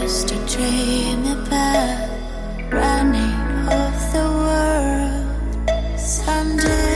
used to dream about running off the world someday.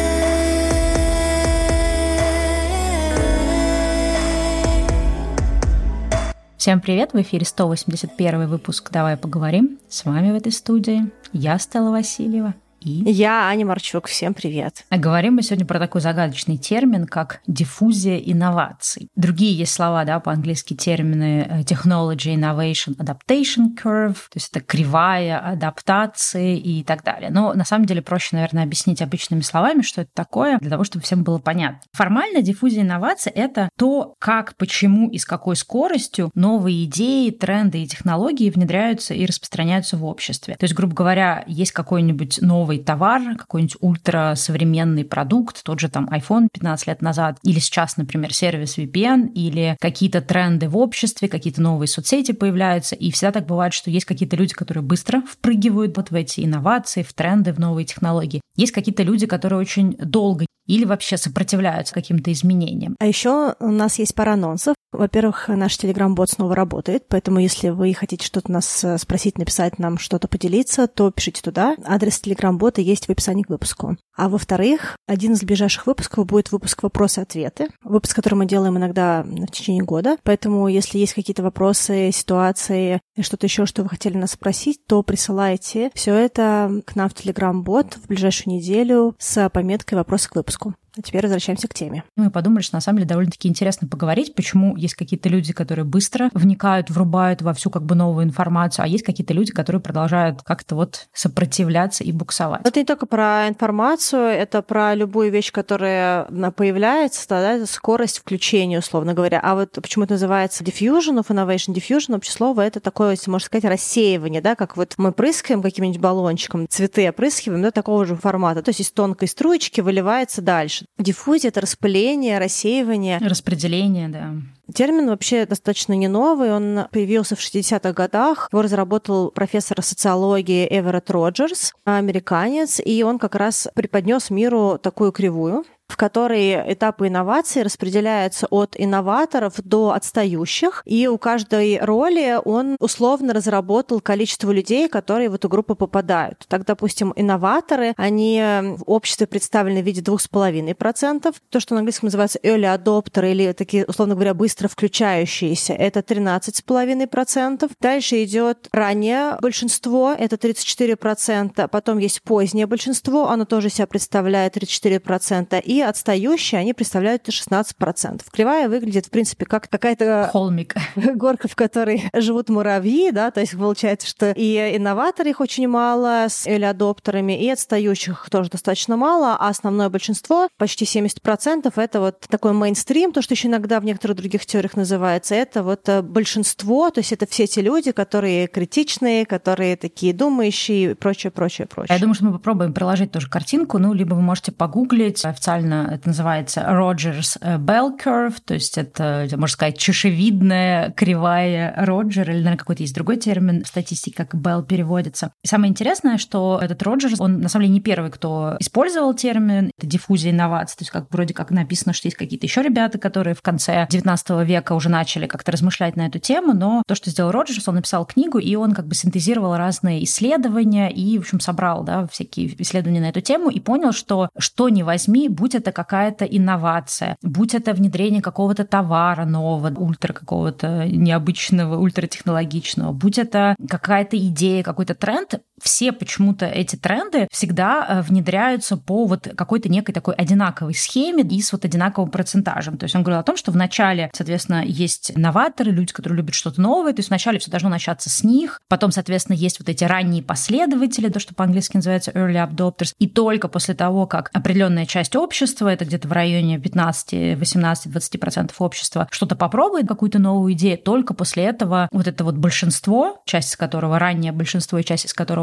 Всем привет! В эфире 181 выпуск «Давай поговорим». С вами в этой студии я, Стелла Васильева, и... Я, Аня Марчук. Всем привет! А говорим мы сегодня про такой загадочный термин, как диффузия инноваций. Другие есть слова, да, по-английски термины technology, innovation, adaptation curve, то есть это кривая адаптации и так далее. Но на самом деле проще, наверное, объяснить обычными словами, что это такое, для того, чтобы всем было понятно. Формально диффузия инноваций — это то, как, почему и с какой скоростью новые идеи, тренды и технологии внедряются и распространяются в обществе. То есть, грубо говоря, есть какой-нибудь новый товар, какой-нибудь ультрасовременный продукт, тот же там iPhone 15 лет назад, или сейчас, например, сервис VPN, или какие-то тренды в обществе, какие-то новые соцсети появляются, и всегда так бывает, что есть какие-то люди, которые быстро впрыгивают вот в эти инновации, в тренды, в новые технологии. Есть какие-то люди, которые очень долго или вообще сопротивляются каким-то изменениям. А еще у нас есть пара анонсов. Во-первых, наш Telegram-бот снова работает, поэтому если вы хотите что-то нас спросить, написать нам, что-то поделиться, то пишите туда. Адрес Telegram-бота есть в описании к выпуску. А во-вторых, один из ближайших выпусков будет выпуск «Вопросы-ответы». Выпуск, который мы делаем иногда в течение года. Поэтому, если есть какие-то вопросы, ситуации, что-то еще, что вы хотели нас спросить, то присылайте все это к нам в Telegram-бот в ближайшую неделю с пометкой «Вопросы к выпуску». А теперь возвращаемся к теме. Мы подумали, что на самом деле довольно-таки интересно поговорить, почему есть какие-то люди, которые быстро вникают, врубают во всю как бы новую информацию, а есть какие-то люди, которые продолжают как-то вот сопротивляться и буксовать. Это не только про информацию, это про любую вещь, которая появляется, да, это скорость включения, условно говоря. А вот почему это называется diffusion of innovation? Diffusion, общее слово, это такое, если можно сказать, рассеивание, да, как вот мы прыскаем каким-нибудь баллончиком, цветы опрыскиваем, да, такого же формата. То есть из тонкой струечки выливается дальше. Диффузия — это распыление, рассеивание. Распределение, да. Термин вообще достаточно не новый, он появился в 60-х годах. Его разработал профессор социологии Эверетт Роджерс, американец, и он как раз преподнес миру такую кривую, в которой этапы инноваций распределяются от инноваторов до отстающих, и у каждой роли он условно разработал количество людей, которые в эту группу попадают. Так, допустим, инноваторы, они в обществе представлены в виде 2,5%. То, что на английском называется early adopter, или такие, условно говоря, быстро включающиеся, это 13,5%. Дальше идет раннее большинство, это 34%. Потом есть позднее большинство, оно тоже себя представляет 34%. И отстающие, они представляют 16%. Кривая выглядит, в принципе, как какая-то... Холмик. Горка, в которой живут муравьи, да, то есть получается, что и инноваторы их очень мало с early-адоптерами, и отстающих тоже достаточно мало, а основное большинство, почти 70%, это вот такой мейнстрим, то, что еще иногда в некоторых других теориях называется, это вот большинство, то есть это все те люди, которые критичные, которые такие думающие и прочее, прочее, прочее. Я думаю, что мы попробуем приложить тоже картинку, либо вы можете погуглить официально. Это называется Rogers Bell Curve, то есть это, можно сказать, чашевидная кривая Роджера, или, наверное, какой-то есть другой термин в статистике, как Bell переводится. И самое интересное, что этот Роджерс, он на самом деле не первый, кто использовал термин, это диффузия инноваций, то есть как вроде как написано, что есть какие-то еще ребята, которые в конце 19 века уже начали как-то размышлять на эту тему, но то, что сделал Роджерс, он написал книгу, и он как бы синтезировал разные исследования и, в общем, собрал, да, всякие исследования на эту тему и понял, что ни возьми, будь это какая-то инновация, будь это внедрение какого-то товара нового, ультра какого-то необычного, ультратехнологичного, будь это какая-то идея, какой-то тренд, все почему-то эти тренды всегда внедряются по вот какой-то некой такой одинаковой схеме и с вот одинаковым процентажем. То есть он говорил о том, что вначале, соответственно, есть новаторы, люди, которые любят что-то новое, то есть вначале все должно начаться с них, потом, соответственно, есть вот эти ранние последователи, то, что по-английски называется early adopters, и только после того, как определенная часть общества, это где-то в районе 15, 18, 20% общества, что-то попробует, какую-то новую идею, только после этого вот это вот большинство, часть из которого раннее большинство и часть из которого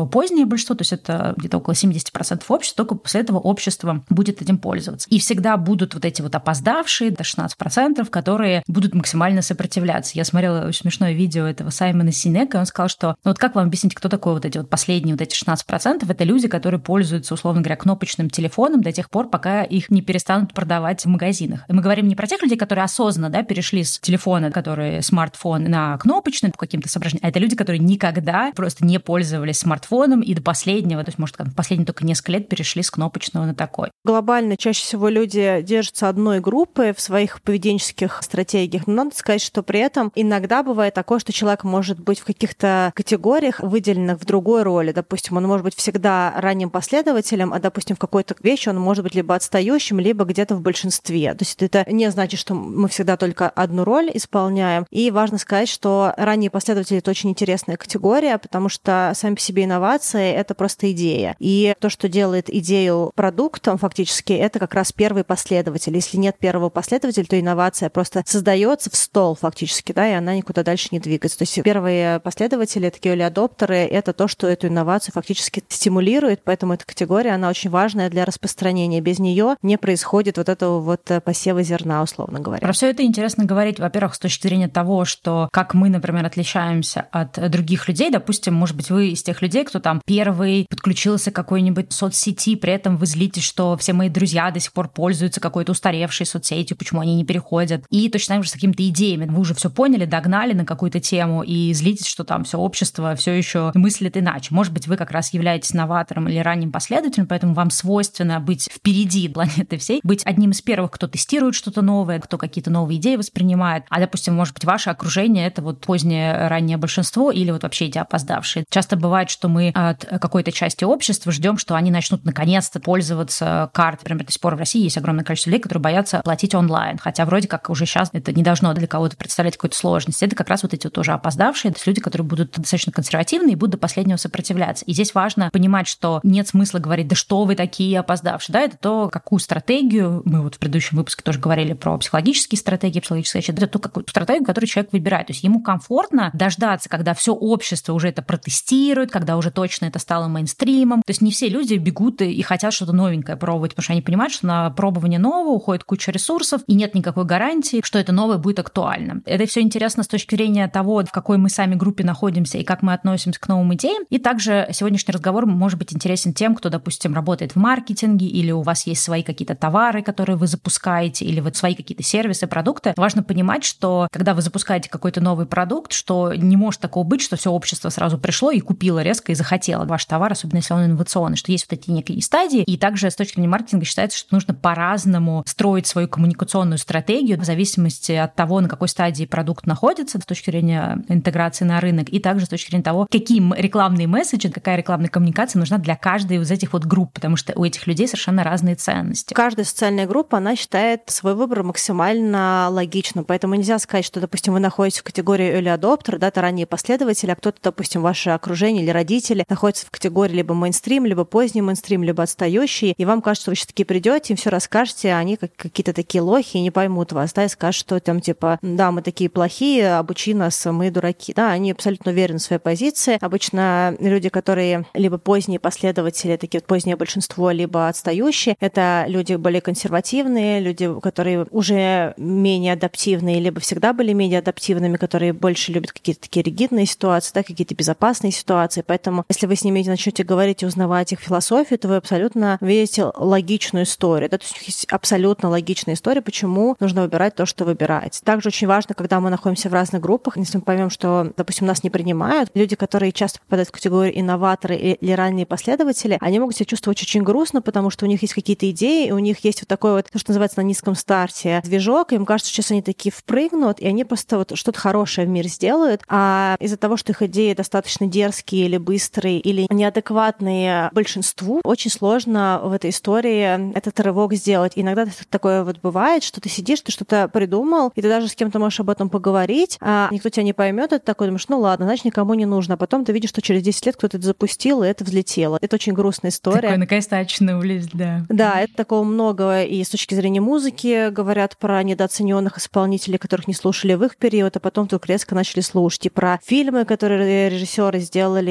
про позднее большинство, то есть это где-то около 70% общества, только после этого общество будет этим пользоваться. И всегда будут вот эти вот опоздавшие, до 16%, которые будут максимально сопротивляться. Я смотрела очень смешное видео этого Саймона Синека, и он сказал, что ну вот как вам объяснить, кто такой вот эти вот последние вот эти 16%? Это люди, которые пользуются, условно говоря, кнопочным телефоном до тех пор, пока их не перестанут продавать в магазинах. И мы говорим не про тех людей, которые осознанно, да, перешли с телефона, который смартфон, на кнопочный по каким-то соображениям, а это люди, которые никогда просто не пользовались смартфоном и до последнего, то есть, может, последние только несколько лет перешли с кнопочного на такой. Глобально чаще всего люди держатся одной группы в своих поведенческих стратегиях, но надо сказать, что при этом иногда бывает такое, что человек может быть в каких-то категориях выделенных в другой роли. Допустим, он может быть всегда ранним последователем, а, допустим, в какой-то вещи он может быть либо отстающим, либо где-то в большинстве. То есть это не значит, что мы всегда только одну роль исполняем. И важно сказать, что ранние последователи — это очень интересная категория, потому что сами по себе инновации — это просто идея. И то, что делает идею продуктом, фактически, это как раз первый последователь. Если нет первого последователя, то инновация просто создается в стол фактически, да, и она никуда дальше не двигается. То есть первые последователи, такие early-адоптеры, это то, что эту инновацию фактически стимулирует, поэтому эта категория, она очень важная для распространения. Без нее не происходит вот этого вот посева зерна, условно говоря. Про все это интересно говорить, во-первых, с точки зрения того, что как мы, например, отличаемся от других людей. Допустим, может быть, вы из тех людей, кто там первый подключился к какой-нибудь соцсети, при этом вы злитесь, что все мои друзья до сих пор пользуются какой-то устаревшей соцсетью, почему они не переходят. И точно так же с какими-то идеями. Вы уже все поняли, догнали на какую-то тему и злитесь, что там все общество все еще мыслит иначе. Может быть, вы как раз являетесь новатором или ранним последователем, поэтому вам свойственно быть впереди планеты всей, быть одним из первых, кто тестирует что-то новое, кто какие-то новые идеи воспринимает. А, допустим, может быть, ваше окружение — это вот позднее раннее большинство или вот вообще эти опоздавшие. Часто бывает, что мы от какой-то части общества ждем, что они начнут наконец-то пользоваться картой. Например, до сих пор в России есть огромное количество людей, которые боятся платить онлайн, хотя вроде как уже сейчас это не должно для кого-то представлять какую-то сложность. Это как раз вот эти вот тоже опоздавшие, то есть люди, которые будут достаточно консервативны и будут до последнего сопротивляться. И здесь важно понимать, что нет смысла говорить, да что вы такие опоздавшие, да, это то, какую стратегию, мы вот в предыдущем выпуске тоже говорили про психологические стратегии, это то, какую стратегию, которую человек выбирает. То есть ему комфортно дождаться, когда все общество уже это протестирует, когда уже точно это стало мейнстримом. То есть не все люди бегут и хотят что-то новенькое пробовать, потому что они понимают, что на пробование нового уходит куча ресурсов, и нет никакой гарантии, что это новое будет актуально. Это все интересно с точки зрения того, в какой мы сами группе находимся и как мы относимся к новым идеям. И также сегодняшний разговор может быть интересен тем, кто, допустим, работает в маркетинге, или у вас есть свои какие-то товары, которые вы запускаете, или вот свои какие-то сервисы, продукты. Важно понимать, что когда вы запускаете какой-то новый продукт, что не может такого быть, что все общество сразу пришло и купило резко и захотело ваш товар, особенно если он инновационный, что есть вот эти некие стадии. И также с точки зрения маркетинга считается, что нужно по-разному строить свою коммуникационную стратегию в зависимости от того, на какой стадии продукт находится, с точки зрения интеграции на рынок, и также с точки зрения того, какие рекламные месседжи, какая рекламная коммуникация нужна для каждой из этих вот групп, потому что у этих людей совершенно разные ценности. Каждая социальная группа, она считает свой выбор максимально логичным, поэтому нельзя сказать, что, допустим, вы находитесь в категории early adopter, да, это ранние последователи, а кто-то, допустим, ваше окружение или родители находятся в категории либо мейнстрим, либо поздний мейнстрим, либо отстающий, и вам кажется, что вы все-таки придете, им все расскажете, а они как какие-то такие лохи и не поймут вас, да, и скажут, что там типа, да, мы такие плохие, обучи нас, мы дураки, да, они абсолютно уверены в своей позиции. Обычно люди, которые либо поздние последователи, такие вот позднее большинство, либо отстающие, это люди более консервативные, люди, которые уже менее адаптивные, либо всегда были менее адаптивными, которые больше любят какие-то такие ригидные ситуации, да, какие-то безопасные ситуации. Поэтому, если вы с ними начнете говорить и узнавать их философию, то вы абсолютно видите логичную историю. Да? То есть у них есть абсолютно логичная история, почему нужно выбирать то, что выбираете. Также очень важно, когда мы находимся в разных группах, если мы поймем, что, допустим, нас не принимают, люди, которые часто попадают в категорию инноваторы или ранние последователи, они могут себя чувствовать очень грустно, потому что у них есть какие-то идеи, и у них есть вот такой вот, то, что называется на низком старте, движок, и им кажется, что сейчас они такие впрыгнут, и они просто вот что-то хорошее в мир сделают, а из-за того, что их идеи достаточно дерзкие или быстрые, или неадекватные большинству, очень сложно в этой истории этот рывок сделать. И иногда такое вот бывает, что ты сидишь, ты что-то придумал, и ты даже с кем-то можешь об этом поговорить, а никто тебя не поймет, это такой, думаешь, ну ладно, значит, никому не нужно. А потом ты видишь, что через 10 лет кто-то это запустил, и это взлетело. Это очень грустная история. Такой, наконец-то очнулись, да. Да, это такого много. И с точки зрения музыки говорят про недооцененных исполнителей, которых не слушали в их период, а потом вдруг резко начали слушать. И про фильмы, которые режиссеры сделали, которые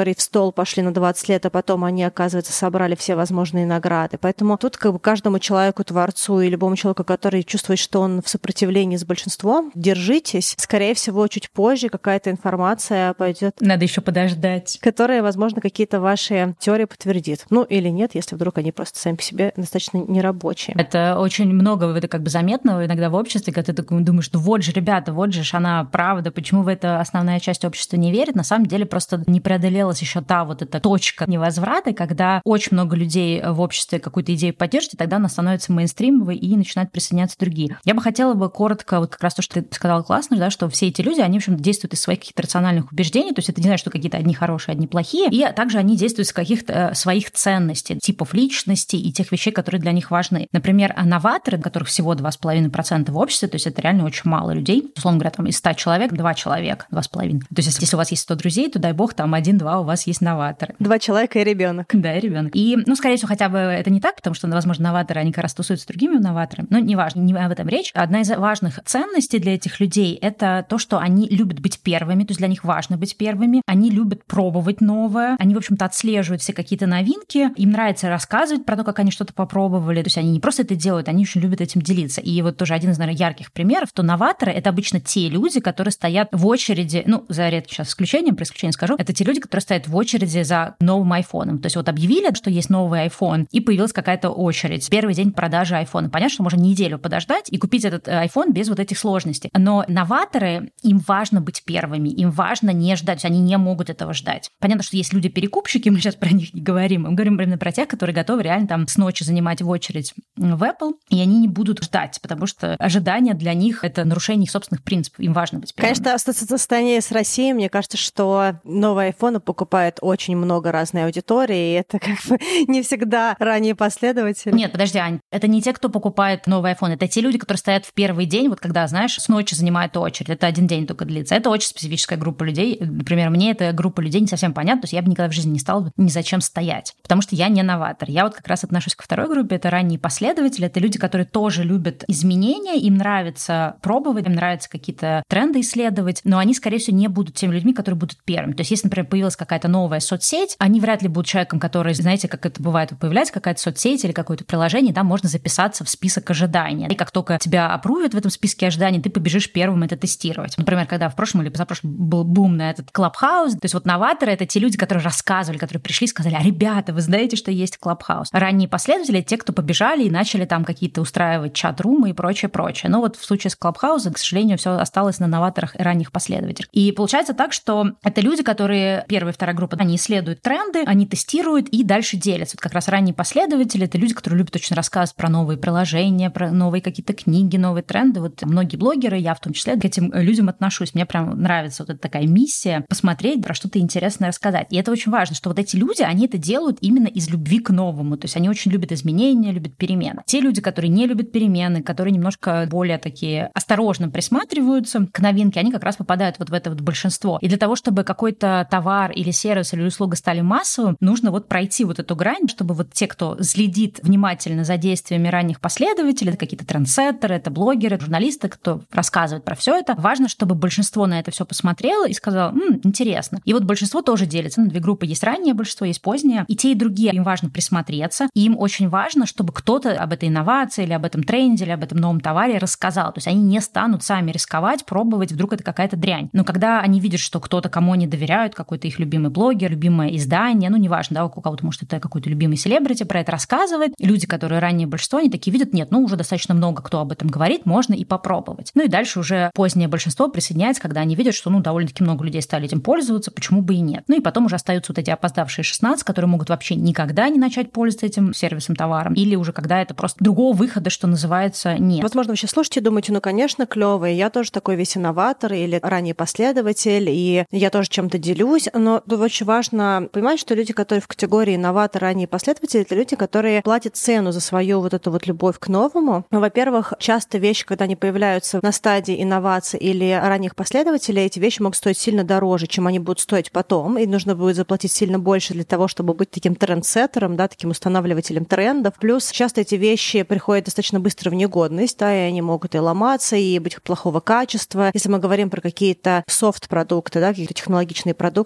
которые в стол пошли на 20 лет, а потом они, оказывается, собрали все возможные награды. Поэтому тут как бы каждому человеку, творцу и любому человеку, который чувствует, что он в сопротивлении с большинством, держитесь. Скорее всего, чуть позже какая-то информация пойдет. Надо еще подождать. Которая, возможно, какие-то ваши теории подтвердит. Ну или нет, если вдруг они просто сами по себе достаточно нерабочие. Это очень много это как бы заметного иногда в обществе, когда ты такой думаешь, ну вот же, ребята, вот же она правда, почему в это основная часть общества не верит? На самом деле просто не преодолелась еще та вот эта точка невозврата, когда очень много людей в обществе какую-то идею поддержит, и тогда она становится мейнстримовой и начинают присоединяться другие. Я бы хотела бы коротко, вот как раз то, что ты сказала классно, да, что все эти люди, они, в общем, действуют из своих каких-то рациональных убеждений, то есть это не значит, что какие-то одни хорошие, одни плохие, и также они действуют из каких-то своих ценностей, типов личности и тех вещей, которые для них важны. Например, новаторы, которых всего 2,5% в обществе, то есть это реально очень мало людей, условно говоря, там из 100 человек 2 человека, 2,5. То есть если у вас есть 100 друзей, то дай бог, там 1-2 у вас есть новаторы. 2 человека и ребенок. Да, и ребенок. И, скорее всего, хотя бы это не так, потому что, возможно, новаторы, они как раз тусуются с другими новаторами, но неважно, не об этом речь. Одна из важных ценностей для этих людей — это то, что они любят быть первыми, то есть для них важно быть первыми, они любят пробовать новое, они, в общем-то, отслеживают все какие-то новинки, им нравится рассказывать про то, как они что-то попробовали, то есть они не просто это делают, они очень любят этим делиться. И вот тоже один из, наверное, ярких примеров, то новаторы — это обычно те люди, которые стоят в очереди, за редким сейчас исключением, при исключении скажу, это те люди, которые стоят в очереди за новым айфоном. То есть вот объявили, что есть новый iPhone, и появилась какая-то очередь. Первый день продажи айфона. Понятно, что можно неделю подождать и купить этот iPhone без вот этих сложностей. Но новаторы, им важно быть первыми, им важно не ждать, они не могут этого ждать. Понятно, что есть люди-перекупщики, мы сейчас про них не говорим, мы говорим именно про тех, которые готовы реально там с ночи занимать в очередь в Apple, и они не будут ждать, потому что ожидание для них — это нарушение их собственных принципов, им важно быть первыми. Конечно, сочетание с Россией, мне кажется, что новые айфоны покупает очень много разной аудитории, и это как бы не всегда ранние последователи. Нет, подожди, Ань, это не те, кто покупает новый iPhone, это те люди, которые стоят в первый день, вот когда, знаешь, с ночи занимают очередь, это один день только длится. Это очень специфическая группа людей. Например, мне эта группа людей не совсем понятна, то есть я бы никогда в жизни не стала ни зачем стоять, потому что я не новатор. Я вот как раз отношусь ко второй группе, это ранние последователи, это люди, которые тоже любят изменения, им нравится пробовать, им нравится какие-то тренды исследовать, но они, скорее всего, не будут теми людьми, которые будут первыми. То есть если, например, появилась какая-то новая соцсеть, они вряд ли будут человеком, который, знаете, как это бывает, появляется какая-то соцсеть или какое-то приложение, там можно записаться в список ожидания. И как только тебя апрувят в этом списке ожиданий, ты побежишь первым это тестировать. Например, когда в прошлом или позапрошлом был бум на этот Clubhouse, то есть вот новаторы — это те люди, которые рассказывали, которые пришли и сказали: ребята, вы знаете, что есть Clubhouse. Ранние последователи — те, кто побежали и начали там какие-то устраивать чат-румы и прочее. Но вот в случае с Clubhouse, к сожалению, все осталось на новаторах и ранних последователях. И получается так, что это люди, которые, первая и вторая группа, они исследуют тренды, они тестируют и дальше делятся. Вот как раз ранние последователи — это люди, которые любят очень рассказывать про новые приложения, про новые какие-то книги, новые тренды. Вот многие блогеры, я в том числе, к этим людям отношусь. Мне прям нравится вот эта такая миссия посмотреть, про что-то интересное рассказать. И это очень важно, что вот эти люди, они это делают именно из любви к новому. То есть они очень любят изменения, любят перемены. Те люди, которые не любят перемены, которые немножко более такие осторожно присматриваются к новинке, они как раз попадают вот в это вот большинство. И для того, чтобы какой-то товар или сервис или услуга стали массовым, нужно вот пройти вот эту грань, чтобы вот те, кто следит внимательно за действиями ранних последователей, это какие-то трендсеттеры, это блогеры, журналисты, кто рассказывает про все это, важно, чтобы большинство на это все посмотрело и сказало: интересно. И вот большинство тоже делится на две группы. Есть раннее большинство, есть позднее. И те, и другие, им важно присмотреться. И им очень важно, чтобы кто-то об этой инновации или об этом тренде, или об этом новом товаре рассказал. То есть они не станут сами рисковать, пробовать, вдруг это какая-то дрянь. Но когда они видят, что кто-то, кому они доверяют, какой-то их любимый блогер, любимое издание, неважно, да, у кого-то, может, это какой-то любимый селебрити про это рассказывает, люди, которые раннее большинство, они такие видят: нет, уже достаточно много кто об этом говорит, можно и попробовать. И дальше уже позднее большинство присоединяется, когда они видят, что, довольно-таки много людей стали этим пользоваться, почему бы и нет. И потом уже остаются вот эти опоздавшие 16, которые могут вообще никогда не начать пользоваться этим сервисом, товаром, или уже когда это просто другого выхода, что называется, нет. Возможно, вы сейчас слушаете и думаете: конечно, клёвый, я тоже такой весь инноватор или ранний последователь, и я тоже чем-то делюсь, но тут очень важно понимать, что люди, которые в категории инноватор, ранние последователи, это люди, которые платят цену за свою вот эту вот любовь к новому. Во-первых, часто вещи, когда они появляются на стадии инноваций или ранних последователей, эти вещи могут стоить сильно дороже, чем они будут стоить потом, и нужно будет заплатить сильно больше для того, чтобы быть таким трендсеттером, да, таким устанавливателем трендов. Плюс часто эти вещи приходят достаточно быстро в негодность, да, и они могут и ломаться, и быть плохого качества. Если мы говорим про какие-то софт-продукты, да, какие-то технологичные продукты, приложения,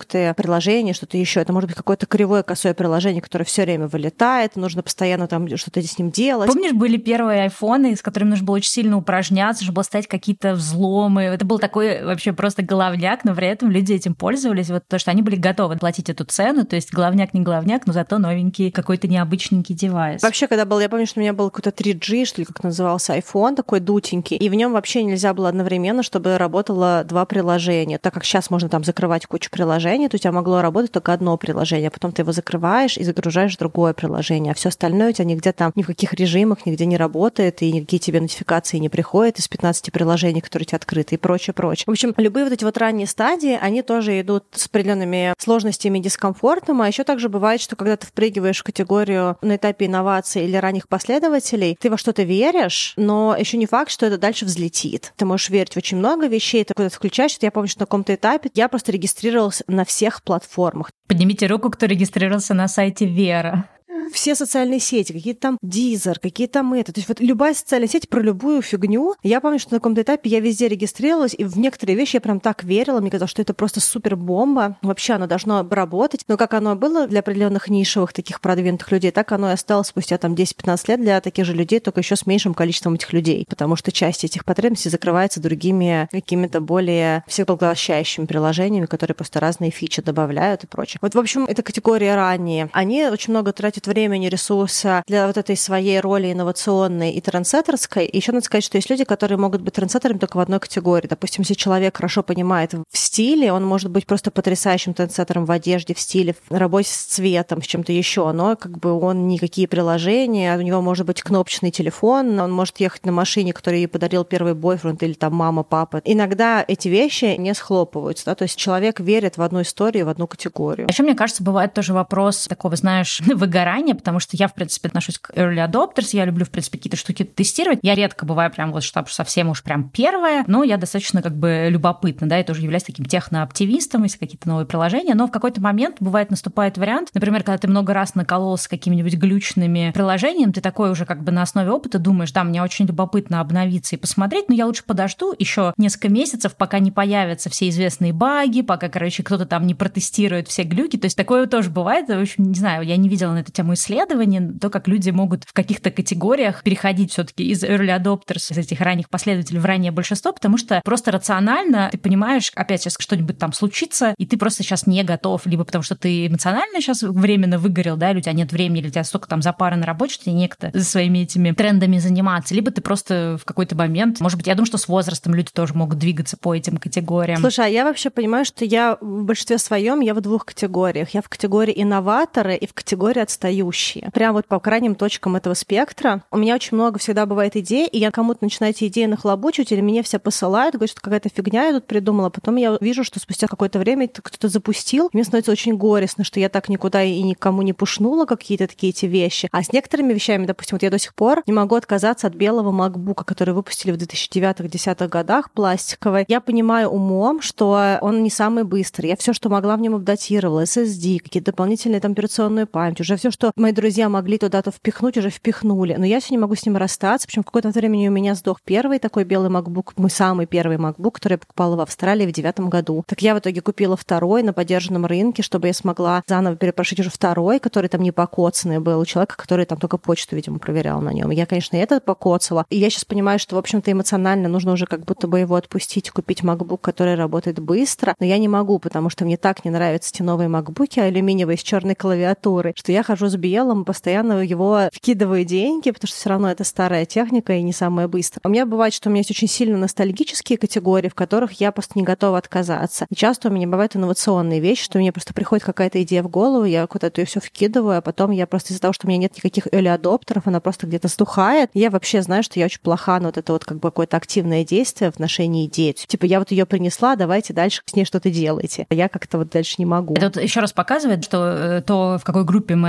приложение, что-то еще. Это может быть какое-то кривое, косое приложение, которое все время вылетает, нужно постоянно там что-то с ним делать. Помнишь, были первые айфоны, с которыми нужно было очень сильно упражняться, чтобы ставить какие-то взломы. Это был такой вообще просто головняк, но при этом люди этим пользовались, вот то, что они были готовы платить эту цену, то есть головняк не головняк, но зато новенький какой-то необычненький девайс. Вообще, когда был, я помню, что у меня был какой-то 3G, что ли, как назывался, iPhone, такой дутенький, и в нем вообще нельзя было одновременно, чтобы работало два приложения. Так как сейчас можно там закрывать кучу приложений, то у тебя могло работать только одно приложение, а потом ты его закрываешь и загружаешь другое приложение, а все остальное у тебя нигде там ни в каких режимах, нигде не работает, и никакие тебе нотификации не приходят из 15 приложений, которые у тебя открыты, и прочее, прочее. В общем, любые вот эти вот ранние стадии, они тоже идут с определенными сложностями и дискомфортом, а еще также бывает, что когда ты впрыгиваешь в категорию на этапе инноваций или ранних последователей, ты во что-то веришь, но еще не факт, что это дальше взлетит. Ты можешь верить в очень много вещей, ты куда-то включаешь. Я помню, что на каком-то этапе я просто регистрировалась на всех платформах. Поднимите руку, кто регистрировался на сайте Вера. Все социальные сети, какие-то там Deezer, какие-то там это. То есть вот любая социальная сеть про любую фигню. Я помню, что на каком-то этапе я везде регистрировалась, и в некоторые вещи я прям так верила. Мне казалось, что это просто супер бомба. Вообще оно должно работать. Но как оно было для определенных нишевых таких продвинутых людей, так оно и осталось спустя там 10-15 лет для таких же людей, только еще с меньшим количеством этих людей. Потому что часть этих потребностей закрывается другими какими-то более всепоглощающими приложениями, которые просто разные фичи добавляют и прочее. Вот, в общем, эта категория ранние. Они очень много тратят времени, ресурса для вот этой своей роли инновационной и трендсеттерской. И еще надо сказать, что есть люди, которые могут быть трендсеттерами только в одной категории. Допустим, если человек хорошо понимает в стиле, он может быть просто потрясающим трендсеттером в одежде, в стиле, в работе с цветом, с чем-то еще. Но как бы он никакие приложения, у него может быть кнопочный телефон, он может ехать на машине, которую ей подарил первый бойфренд или там мама, папа. Иногда эти вещи не схлопываются. Да? То есть человек верит в одну историю, в одну категорию. Еще, мне кажется, бывает тоже вопрос такого, знаешь, выгорания, потому что я, в принципе, отношусь к early adopters, я люблю, в принципе, какие-то штуки тестировать. Я редко бываю прям вот что совсем уж прям первая, но я достаточно как бы любопытна, да, и тоже являюсь таким технооптимистом, если какие-то новые приложения, но в какой-то момент бывает наступает вариант, например, когда ты много раз накололся какими-нибудь глючными приложениями, ты такой уже как бы на основе опыта думаешь, да, мне очень любопытно обновиться и посмотреть, но я лучше подожду еще несколько месяцев, пока не появятся все известные баги, пока, короче, кто-то там не протестирует все глюки, то есть такое тоже бывает, в общем, не знаю, я не видела на эту тему исследований, то, как люди могут в каких-то категориях переходить все-таки из early adopters, из этих ранних последователей в раннее большинство, потому что просто рационально ты понимаешь, опять сейчас что-нибудь там случится, и ты просто сейчас не готов, либо потому что ты эмоционально сейчас временно выгорел, да, или у тебя нет времени, или у тебя столько там запары на работе, что тебе некогда своими этими трендами заниматься, либо ты просто в какой-то момент, может быть, я думаю, что с возрастом люди тоже могут двигаться по этим категориям. Слушай, а я вообще понимаю, что я в большинстве своем я в двух категориях. Я в категории инноваторы и в категории отстающие. Прям вот по крайним точкам этого спектра. У меня очень много всегда бывает идей, и я кому-то начинаю эти идеи нахлобучивать, или мне все посылают, говорят, что какая-то фигня я тут придумала. Потом я вижу, что спустя какое-то время кто-то запустил, и мне становится очень горестно, что я так никуда и никому не пушнула какие-то такие эти вещи. А с некоторыми вещами, допустим, вот я до сих пор не могу отказаться от белого MacBook, который выпустили в 2009-2010 годах, пластиковый. Я понимаю умом, что он не самый быстрый. Я все, что могла, в нем апдатировала. SSD, какие-то дополнительные там операционную память. Уже все, что мои друзья могли туда-то впихнуть, уже впихнули. Но я все не могу с ним расстаться. Причем в какое-то времени у меня сдох первый такой белый MacBook, мой самый первый MacBook, который я покупала в Австралии в 2009 году. Так я в итоге купила второй на подержанном рынке, чтобы я смогла заново перепрошить уже второй, который там не покоцанный был, у человека, который там только почту, видимо, проверял на нем. Я, конечно, этот покоцала. И я сейчас понимаю, что, в общем-то, эмоционально нужно уже как будто бы его отпустить, купить MacBook, который работает быстро. Но я не могу, потому что мне так не нравятся те новые MacBook'и алюминиевые с черной клавиатурой, что я хожу с белым, постоянно его вкидываю деньги, потому что все равно это старая техника и не самая быстрая. У меня бывает, что у меня есть очень сильно ностальгические категории, в которых я просто не готова отказаться. И часто у меня бывают инновационные вещи, что мне просто приходит какая-то идея в голову, я куда-то ее все вкидываю, а потом я просто из-за того, что у меня нет никаких early-адоптеров, она просто где-то стухает. И я вообще знаю, что я очень плоха на вот это вот как бы какое-то активное действие в отношении идеи. Типа я вот ее принесла, давайте дальше с ней что-то делайте. А я как-то вот дальше не могу. Это вот еще раз показывает, что то, в какой группе мы относительно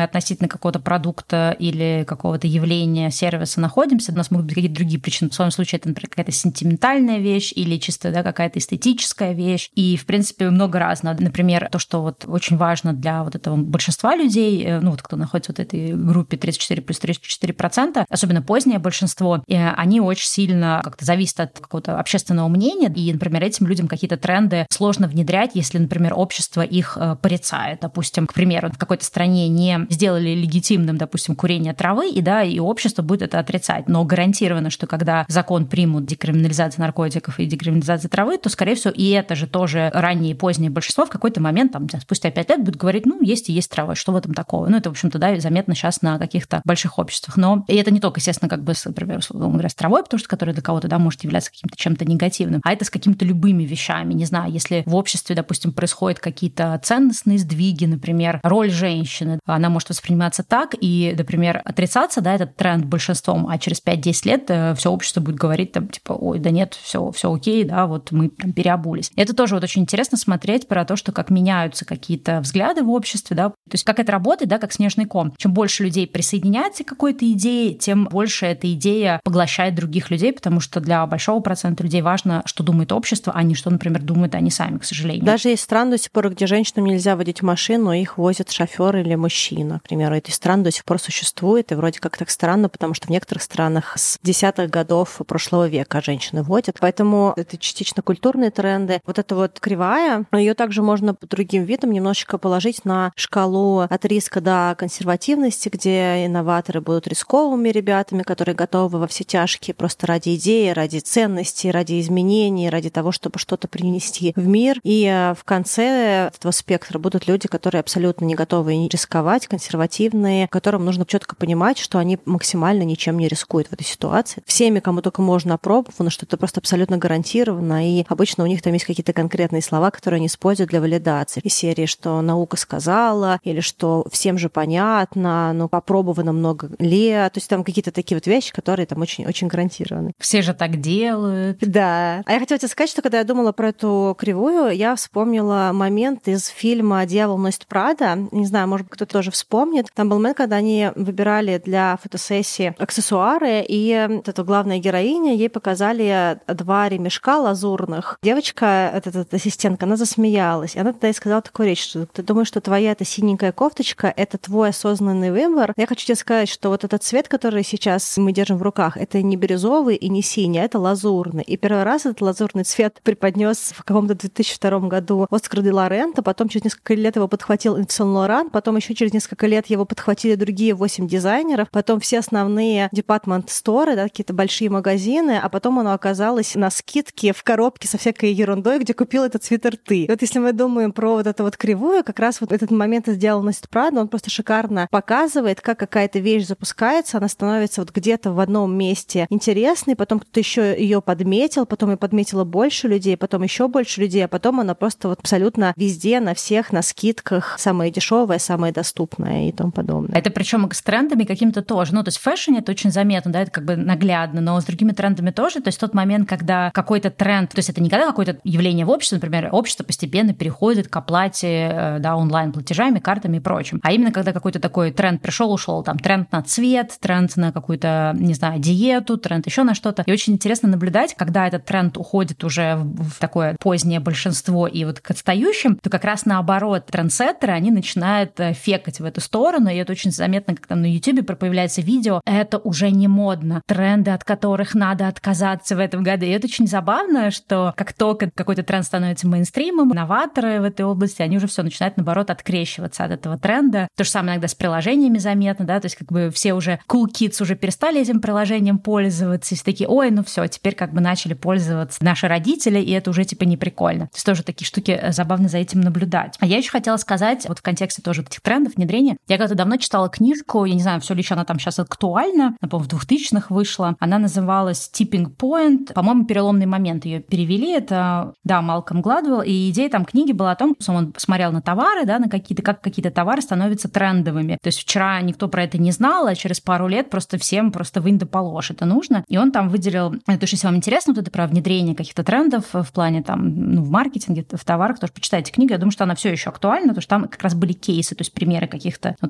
относительно какого-то продукта или какого-то явления, сервиса находимся, у нас могут быть какие-то другие причины. В своем случае это, например, какая-то сентиментальная вещь или чисто, да, какая-то эстетическая вещь. И, в принципе, много разного. Например, то, что вот очень важно для вот этого большинства людей, ну, вот кто находится в вот этой группе 34 плюс 34%, особенно позднее большинство, и они очень сильно как-то зависят от какого-то общественного мнения. И, например, этим людям какие-то тренды сложно внедрять, если, например, общество их порицает. Допустим, к примеру, в какой-то стране не сделали легитимным, допустим, курение травы, и общество будет это отрицать. Но гарантированно, что когда закон примут декриминализации наркотиков и декриминализации травы, то, скорее всего, и это же тоже раннее и позднее большинство в какой-то момент, там, спустя 5 лет, будет говорить, ну, есть и есть трава, что в этом такого? Ну, это, в общем-то, да, заметно сейчас на каких-то больших обществах. Но и это не только, естественно, как бы, например, условно говоря, с травой, потому что которая для кого-то, да, может являться каким-то чем-то негативным, а это с какими-то любыми вещами. Не знаю, если в обществе, допустим, происходят какие-то ценностные сдвиги, например, роль женщины, она может восприниматься так и, например, отрицаться, да, этот тренд большинством, а через 5-10 лет все общество будет говорить, там, типа, ой, да нет, все окей, да, вот мы там переобулись. Это тоже вот очень интересно смотреть про то, что как меняются какие-то взгляды в обществе, да, то есть как это работает, да, как снежный ком. Чем больше людей присоединяется к какой-то идее, тем больше эта идея поглощает других людей, потому что для большого процента людей важно, что думает общество, а не что, например, думают они сами, к сожалению. Даже есть страны до сих пор, где женщинам нельзя водить машину, их возят шофёр или мужчина, к примеру. Эти страны до сих пор существуют, и вроде как так странно, потому что в некоторых странах с 10-х годов прошлого века женщины водят. Поэтому это частично культурные тренды. Вот эта вот кривая, ее также можно по другим видам немножечко положить на шкалу от риска до консервативности, где инноваторы будут рисковыми ребятами, которые готовы во все тяжкие просто ради идеи, ради ценностей, ради изменений, ради того, чтобы что-то принести в мир. И в конце этого спектра будут люди, которые абсолютно не готовы рисковать, консервативные, которым нужно четко понимать, что они максимально ничем не рискуют в этой ситуации. Всеми, кому только можно, опробовано, что это просто абсолютно гарантировано, и обычно у них там есть какие-то конкретные слова, которые они используют для валидации. Из серии, что наука сказала, или что всем же понятно, но попробовано много лет. То есть там какие-то такие вот вещи, которые там очень гарантированы. Все же так делают. Да. А я хотела тебе сказать, что когда я думала про эту кривую, я вспомнила момент из фильма «Дьявол носит Прада». Не знаю, может быть, кто-то тоже вспомнит. Там был момент, когда они выбирали для фотосессии аксессуары, и вот эта главная героиня, ей показали 2 ремешка лазурных. Девочка, эта ассистентка, она засмеялась. И она тогда и сказала такую речь, что ты думаешь, что твоя эта синенькая кофточка — это твой осознанный выбор. Я хочу тебе сказать, что вот этот цвет, который сейчас мы держим в руках, это не бирюзовый и не синий, а это лазурный. И первый раз этот лазурный цвет преподнес в каком-то 2002 году Оскар де ла Рента, потом через несколько лет его подхватил Ив Сен Лоран, потом еще через несколько лет его подхватили другие 8 дизайнеров, потом все основные департмент-сторы, да, какие-то большие магазины, а потом оно оказалось на скидке в коробке со всякой ерундой, где купил этот свитер ты. И вот если мы думаем про вот эту вот кривую, как раз вот этот момент из «Дьявол носит Прада», он просто шикарно показывает, как какая-то вещь запускается, она становится вот где-то в одном месте интересной, потом кто-то еще ее подметил, потом ее подметило больше людей, потом еще больше людей, а потом она просто вот абсолютно везде, на всех, на скидках, самая дешевая, самая доступная и тому подобное. Это причем с трендами каким-то тоже. Ну, то есть в фэшне это очень заметно, да, это как бы наглядно, но с другими трендами тоже. То есть тот момент, когда какой-то тренд, то есть это не когда какое-то явление в обществе, например, общество постепенно переходит к оплате, да, онлайн-платежами, картами и прочим, а именно когда какой-то такой тренд пришел, ушел, там, тренд на цвет, тренд на какую-то, не знаю, диету, тренд еще на что-то. И очень интересно наблюдать, когда этот тренд уходит уже в такое позднее большинство и вот к отстающим, то как раз наоборот, трендсеттеры, они начинают фекать в эту сторону, и это очень заметно, как там на YouTube появляется видео, это уже не модно, тренды, от которых надо отказаться в этом году. И это очень забавно, что как только какой-то тренд становится мейнстримом, новаторы в этой области, они уже все начинают, наоборот, открещиваться от этого тренда. То же самое иногда с приложениями заметно, да, то есть как бы все уже cool kids уже перестали этим приложением пользоваться, и все такие, ой, ну все, теперь как бы начали пользоваться наши родители, и это уже типа не прикольно. То есть тоже такие штуки забавно за этим наблюдать. А я еще хотела сказать, вот в контексте тоже этих трендов, внедрения, я когда-то давно читала книжку, я не знаю, все ли еще она там сейчас актуальна, она, по-моему, в 2000-х вышла, она называлась «Tipping Point», по-моему, «Переломный момент» ее перевели, это, да, Малком Гладуэлл, и идея там книги была о том, что он смотрел на товары, да, на какие-то, как какие-то товары становятся трендовыми. То есть вчера никто про это не знал, а через пару лет просто всем просто вынь да положь это нужно. И он там выделил, то есть если вам интересно вот это про внедрение каких-то трендов в плане там, ну, в маркетинге, в товарах, тоже почитайте книгу, я думаю, что она все еще актуальна, потому что там как раз были кейсы, то есть примеры каких-то вот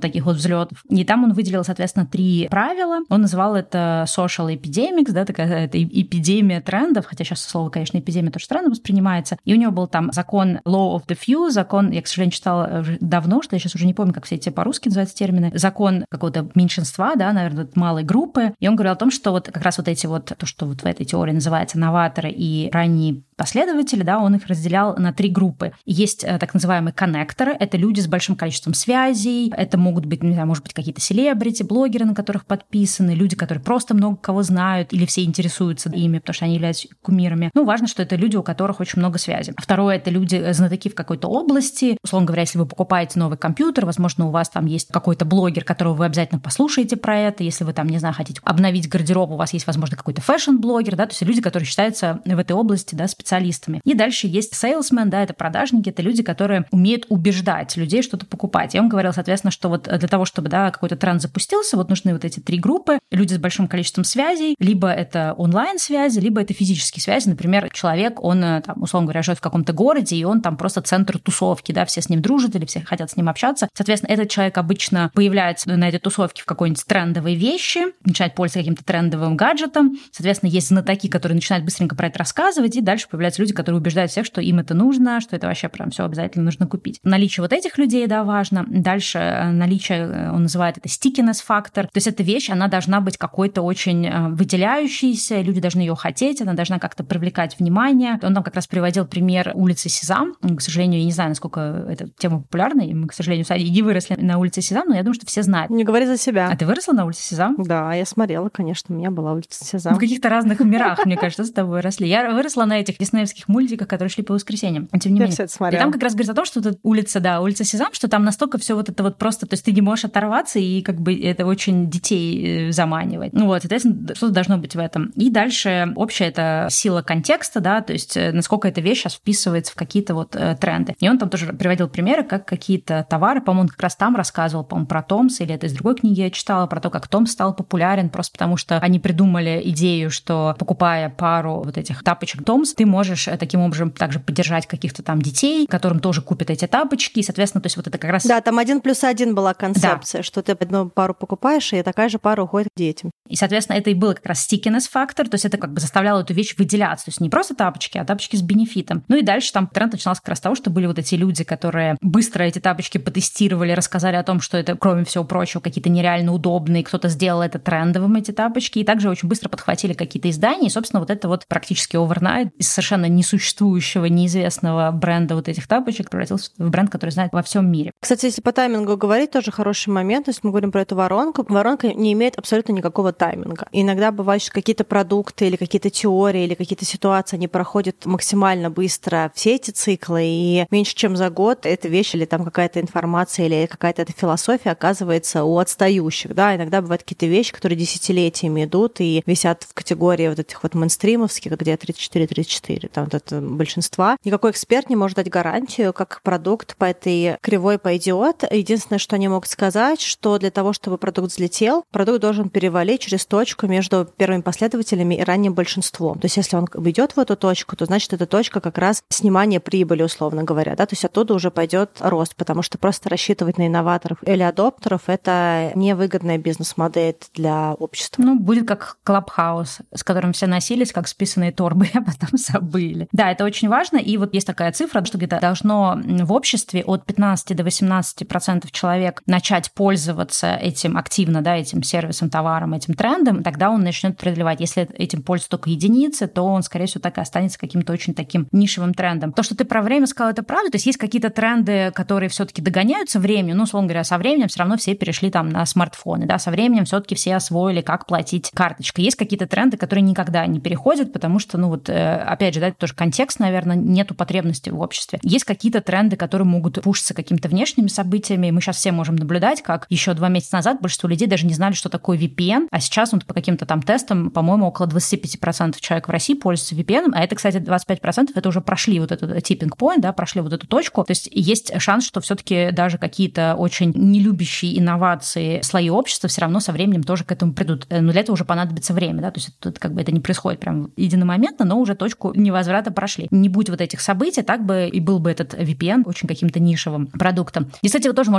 таких вот взлетов. И там он выделил, соответственно, 3 правила. Он называл это social epidemics, да, такая это эпидемия трендов, хотя сейчас слово, конечно, эпидемия тоже странно воспринимается. И у него был там закон law of the few, закон, я, к сожалению, читала давно, что я сейчас уже не помню, как все эти по-русски называются термины, закон какого-то меньшинства, да, наверное, малой группы. И он говорил о том, что вот как раз вот эти вот, то, что вот в этой теории называется новаторы и ранние последователи, да, он их разделял на 3 группы. Есть так называемые коннекторы, это люди с большим количеством связей, это могут быть, не знаю, может быть, какие-то селебрити, блогеры, на которых подписаны, люди, которые просто много кого знают или все интересуются ими, потому что они являются кумирами. Ну, важно, что это люди, у которых очень много связей. Второе — это люди, знатоки в какой-то области. Условно говоря, если вы покупаете новый компьютер, возможно, у вас там есть какой-то блогер, которого вы обязательно послушаете про это. Если вы там, не знаю, хотите обновить гардероб, у вас есть, возможно, какой-то фэшн-блогер, да, то есть люди, которые считаются в этой области, да, специалистами. И дальше есть salesmen, да, это продажники, это люди, которые умеют убеждать людей что-то покупать. И он говорил, соответственно, что вот для того, чтобы, да, какой-то тренд запустился, вот нужны вот эти 3 группы. Люди с большим количеством связей, либо это онлайн-связи, либо это физические связи. Например, человек, он, там, условно говоря, живет в каком-то городе, и он там просто центр тусовки, да, все с ним дружат или все хотят с ним общаться. Соответственно, этот человек обычно появляется на этой тусовке в какой-нибудь трендовой вещи, начинает пользоваться каким-то трендовым гаджетом. Соответственно, есть знатоки, которые начинают быстренько про это рассказывать, и дальше появляются люди, которые убеждают всех, что им это нужно, что это вообще прям все обязательно нужно купить. Наличие вот этих людей, да, важно. Дальше наличие, он называет это stickiness фактор. То есть эта вещь, она должна быть какой-то очень выделяющейся, люди должны ее хотеть, она должна как-то привлекать внимание. Он там как раз приводил пример улицы Сезам. К сожалению, я не знаю, насколько эта тема популярна, и мы, к сожалению, не выросли на улице Сезам, но я думаю, что все знают. Не говори за себя. А ты выросла на улице Сезам? Да, я смотрела, конечно, у меня была улица Сезам. В каких-то разных мирах, мне кажется, с тобой росли. Я выросла на этих диснеевских мультиках, которые шли по воскресеньям. Тем не менее. И там как раз говорится о том, что эта улица, да, улица Сезам, что там настолько все вот это вот просто, то есть ты не можешь оторваться, и как бы это очень детей заманивает. Ну вот, соответственно, что-то должно быть в этом. И дальше общая это сила контекста, да, то есть насколько эта вещь сейчас вписывается в какие-то вот тренды. И он там тоже приводил примеры, как какие-то товары, по-моему, он как раз там рассказывал, по-моему, про Томс, или это из другой книги я читала, про то, как Томс стал популярен, просто потому что они придумали идею, что покупая пару вот этих тапочек Томс, ты можешь таким образом также поддержать каких-то там детей, которым тоже купят эти тапочки, и, соответственно, то есть вот это как раз... Да, там 1+1 была концепция, да, что ты одну пару покупаешь, и такая же пара уходит к детям. И, соответственно, это и был как раз stickiness фактор, то есть это как бы заставляло эту вещь выделяться, то есть не просто тапочки, а тапочки с бенефитом. Ну и дальше там тренд начинался как раз с того, что были вот эти люди, которые быстро эти тапочки потестировали, рассказали о том, что это, кроме всего прочего, какие-то нереально удобные, кто-то сделал это трендовым, эти тапочки, и также очень быстро подхватили какие-то издания, и, собственно, вот это вот практически overnight из совершенно несуществующего, неизвестного бренда вот этих тапочек превратился в бренд, который знает во всем мире. Кстати, если по таймингу говорить, тоже хороший момент, то есть мы говорим про эту воронку. Воронка не имеет абсолютно никакого тайминга. Иногда бывает, что какие-то продукты или какие-то теории или какие-то ситуации, они проходят максимально быстро все эти циклы, и меньше чем за год эта вещь или там какая-то информация или какая-то эта философия оказывается у отстающих. Да? Иногда бывают какие-то вещи, которые десятилетиями идут и висят в категории вот этих вот мейнстримовских, где 34-34, там вот это большинства. Никакой эксперт не может дать гарантию, как продукт по этой кривой пойдет. Единственное, что они могут сказать, что для того, чтобы продукт взлетел, продукт должен перевалить через точку между первыми последователями и ранним большинством. То есть если он ведет в эту точку, то значит эта точка как раз снимание прибыли, условно говоря. Да? То есть оттуда уже пойдет рост, потому что просто рассчитывать на инноваторов или адоптеров — это невыгодная бизнес-модель для общества. Ну, будет как Clubhouse, с которым все носились, как списанные торбы, а потом забыли. Да, это очень важно. И вот есть такая цифра, что где-то должно в обществе от 15 до 18% человек начать пользоваться этим активно, да, этим сервисом, товаром, этим трендом, тогда он начнет преодолевать. Если этим пользуются только единицы, то он, скорее всего, так и останется каким-то очень таким нишевым трендом. То, что ты про время сказала, это правда. То есть есть какие-то тренды, которые все-таки догоняются временем. Ну, условно говоря, со временем все равно все перешли там на смартфоны, да, со временем все-таки все освоили, как платить карточкой. Есть какие-то тренды, которые никогда не переходят, потому что, ну вот, опять же, да, это тоже контекст, наверное, нету потребности в обществе. Есть какие-то тренды, которые могут пушиться какими-то внешними событиями. Мы сейчас все можем наблюдать, как еще 2 месяца назад большинство людей даже не знали, что такое VPN, а сейчас вот по каким-то там тестам, по-моему, около 25% человек в России пользуются VPN, а это, кстати, 25% это уже прошли вот этот tipping point, да, прошли вот эту точку. То есть есть шанс, что все-таки даже какие-то очень нелюбящие инновации слои общества все равно со временем тоже к этому придут. Но для этого уже понадобится время, да, то есть это как бы это не происходит прям единомоментно, но уже точку невозврата прошли. Не будь вот этих событий, так бы и был бы этот VPN очень каким-то нишевым продуктом. И, кстати, вот тоже можно посмотреть,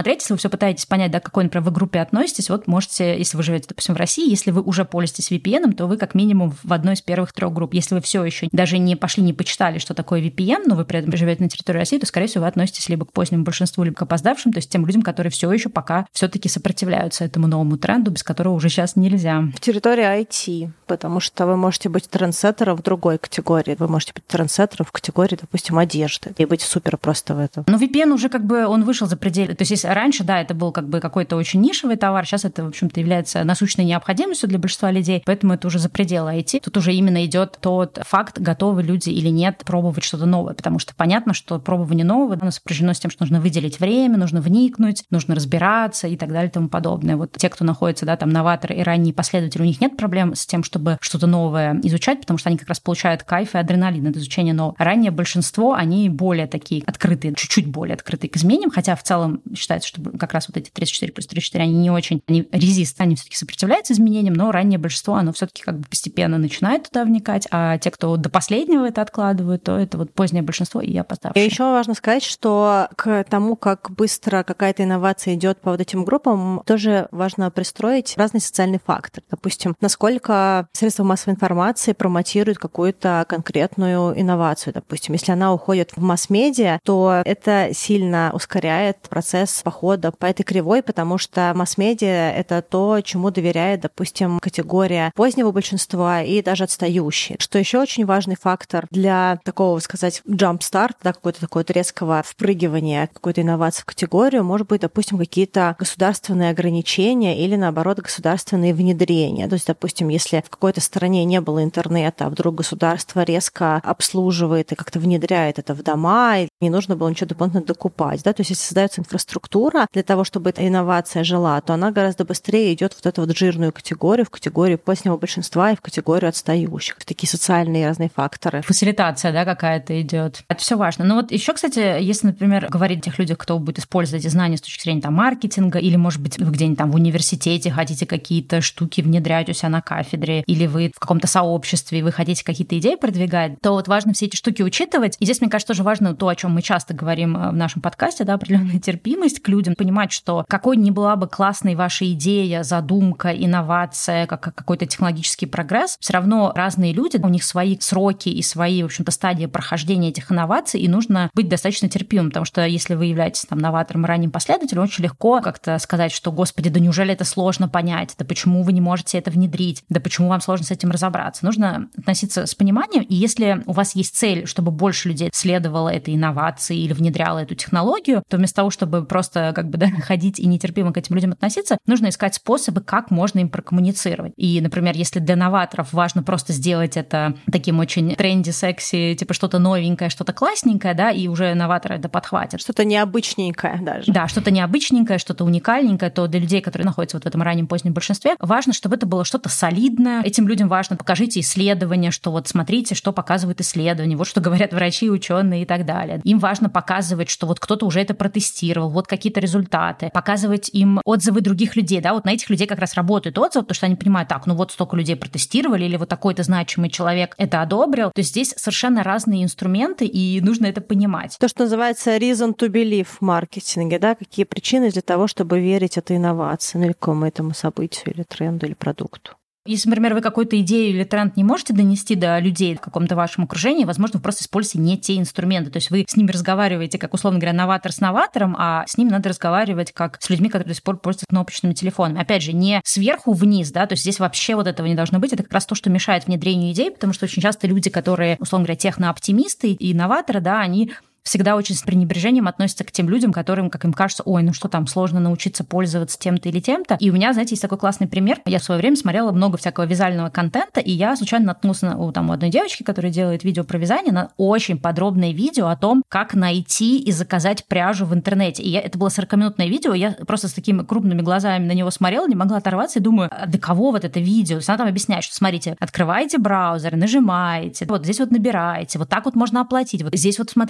посмотреть, если вы все пытаетесь понять, да, к какой, например, вы группе относитесь, вот можете, если вы живете, допустим, в России, если вы уже пользуетесь VPN, то вы как минимум в одной из первых 3 групп. Если вы все еще даже не пошли, не почитали, что такое VPN, но вы при этом живете на территории России, то, скорее всего, вы относитесь либо к позднему большинству, либо к опоздавшим, то есть тем людям, которые все еще пока все-таки сопротивляются этому новому тренду, без которого уже сейчас нельзя. В территории IT, потому что вы можете быть трендсеттером в другой категории. Вы можете быть трендсеттером в категории, допустим, одежды и быть супер просто в этом. Но VPN уже как бы он вышел за пределы. То есть если раньше, да, это был как бы какой-то очень нишевый товар, сейчас это, в общем-то, является насущной необходимостью для большинства людей, поэтому это уже за пределы IT. Тут уже именно идет тот факт, готовы люди или нет пробовать что-то новое, потому что понятно, что пробование нового оно сопряжено с тем, что нужно выделить время, нужно вникнуть, нужно разбираться и так далее и тому подобное. Вот те, кто находится, да, там, новаторы и ранние последователи, у них нет проблем с тем, чтобы что-то новое изучать, потому что они как раз получают кайф и адреналин от изучения нового. Раннее большинство, они более такие открытые, чуть-чуть более открытые к изменениям, хотя в целом считается, что как раз вот эти 34 плюс 34, они не очень, они резист, они все-таки сопротивляются изменениям, но раннее большинство, оно все-таки как бы постепенно начинает туда вникать, а те, кто до последнего это откладывают, то это вот позднее большинство и опоздавшие. И еще важно сказать, что к тому, как быстро какая-то инновация идет по вот этим группам, тоже важно пристроить разные социальные факторы. Допустим, насколько средства массовой информации промотируют какую-то конкретную инновацию. Допустим, если она уходит в масс-медиа, то это сильно ускоряет процесс похода по этой кривой, потому что масс-медиа — это то, чему доверяет, допустим, категория позднего большинства и даже отстающие. Что еще очень важный фактор для такого, сказать, jump-start, да, какого-то такого резкого впрыгивания какой-то инновации в категорию, может быть, допустим, какие-то государственные ограничения или, наоборот, государственные внедрения. То есть, допустим, если в какой-то стране не было интернета, а вдруг государство резко обслуживает и как-то внедряет это в дома, и не нужно было ничего дополнительно докупать. Да? То есть, если создается инфраструктура для того, чтобы эта инновация жила, то она гораздо быстрее идет в вот эту вот жирную категорию, в категорию позднего большинства и в категорию отстающих. Такие социальные разные факторы. Фасилитация, да, какая-то идет. Это все важно. Но вот еще, кстати, если, например, говорить о тех людях, кто будет использовать эти знания с точки зрения там, маркетинга, или, может быть, вы где-нибудь там в университете хотите какие-то штуки внедрять у себя на кафедре, или вы в каком-то сообществе, и вы хотите какие-то идеи продвигать, то вот важно все эти штуки учитывать. И здесь, мне кажется, тоже важно то, о чем мы часто говорим в нашем подкасте, да, определенная терпимость к людям, понимать, что какой ни была бы классной ваша идея, задумка, инновация, как какой-то технологический прогресс, все равно разные люди, у них свои сроки и свои, в общем-то, стадии прохождения этих инноваций, и нужно быть достаточно терпимым, потому что если вы являетесь там новатором и ранним последователем, очень легко как-то сказать, что, господи, да неужели это сложно понять, да почему вы не можете это внедрить, да почему вам сложно с этим разобраться. Нужно относиться с пониманием, и если у вас есть цель, чтобы больше людей следовало этой инновации или внедряло эту технологию, то вместо того, чтобы просто как бы, да, ходить и нетерпимо к этим людям относиться, нужно искать способы, как можно им прокоммуницировать. И, например, если для новаторов важно просто сделать это таким очень тренди, секси, типа что-то новенькое, что-то классненькое, да, и уже новаторы это подхватят. Что-то необычненькое даже. Да, что-то необычненькое, что-то уникальненькое, то для людей, которые находятся вот в этом раннем позднем большинстве, важно, чтобы это было что-то солидное. Этим людям важно, покажите исследования, что вот смотрите, что показывают исследования, вот что говорят врачи, ученые и так далее. Им важно показывать, что вот кто-то уже это протестировал, вот какие-то результаты, показывать им отзывы других людей, да, вот на этих людей как раз работают отзывы, потому что они понимают, так, ну вот столько людей протестировали, или вот такой-то значимый человек это одобрил. То есть здесь совершенно разные инструменты, и нужно это понимать. То, что называется reason to believe в маркетинге, да, какие причины для того, чтобы верить этой инновации, ну или какому этому событию, или тренду, или продукту. Если, например, вы какую-то идею или тренд не можете донести до людей в каком-то вашем окружении, возможно, вы просто используете не те инструменты. То есть вы с ними разговариваете, как, условно говоря, новатор с новатором, а с ними надо разговаривать как с людьми, которые до сих пор пользуются кнопочными телефонами. Опять же, не сверху вниз, да, то есть здесь вообще вот этого не должно быть. Это как раз то, что мешает внедрению идей, потому что очень часто люди, которые, условно говоря, технооптимисты и новаторы, да, они всегда очень с пренебрежением относятся к тем людям, которым, как им кажется, ой, ну что там, сложно научиться пользоваться тем-то или тем-то. И у меня, знаете, есть такой классный пример. Я в свое время смотрела много всякого вязального контента, и я случайно наткнулась у одной девочки, которая делает видео про вязание, на очень подробное видео о том, как найти и заказать пряжу в интернете. И это было 40-минутное видео, я просто с такими крупными глазами на него смотрела, не могла оторваться и думаю, а до кого вот это видео? То есть она там объясняет, что, смотрите, открываете браузер, нажимаете, вот здесь вот набираете, вот так вот можно оплатить, вот здесь вот, смотрите, можно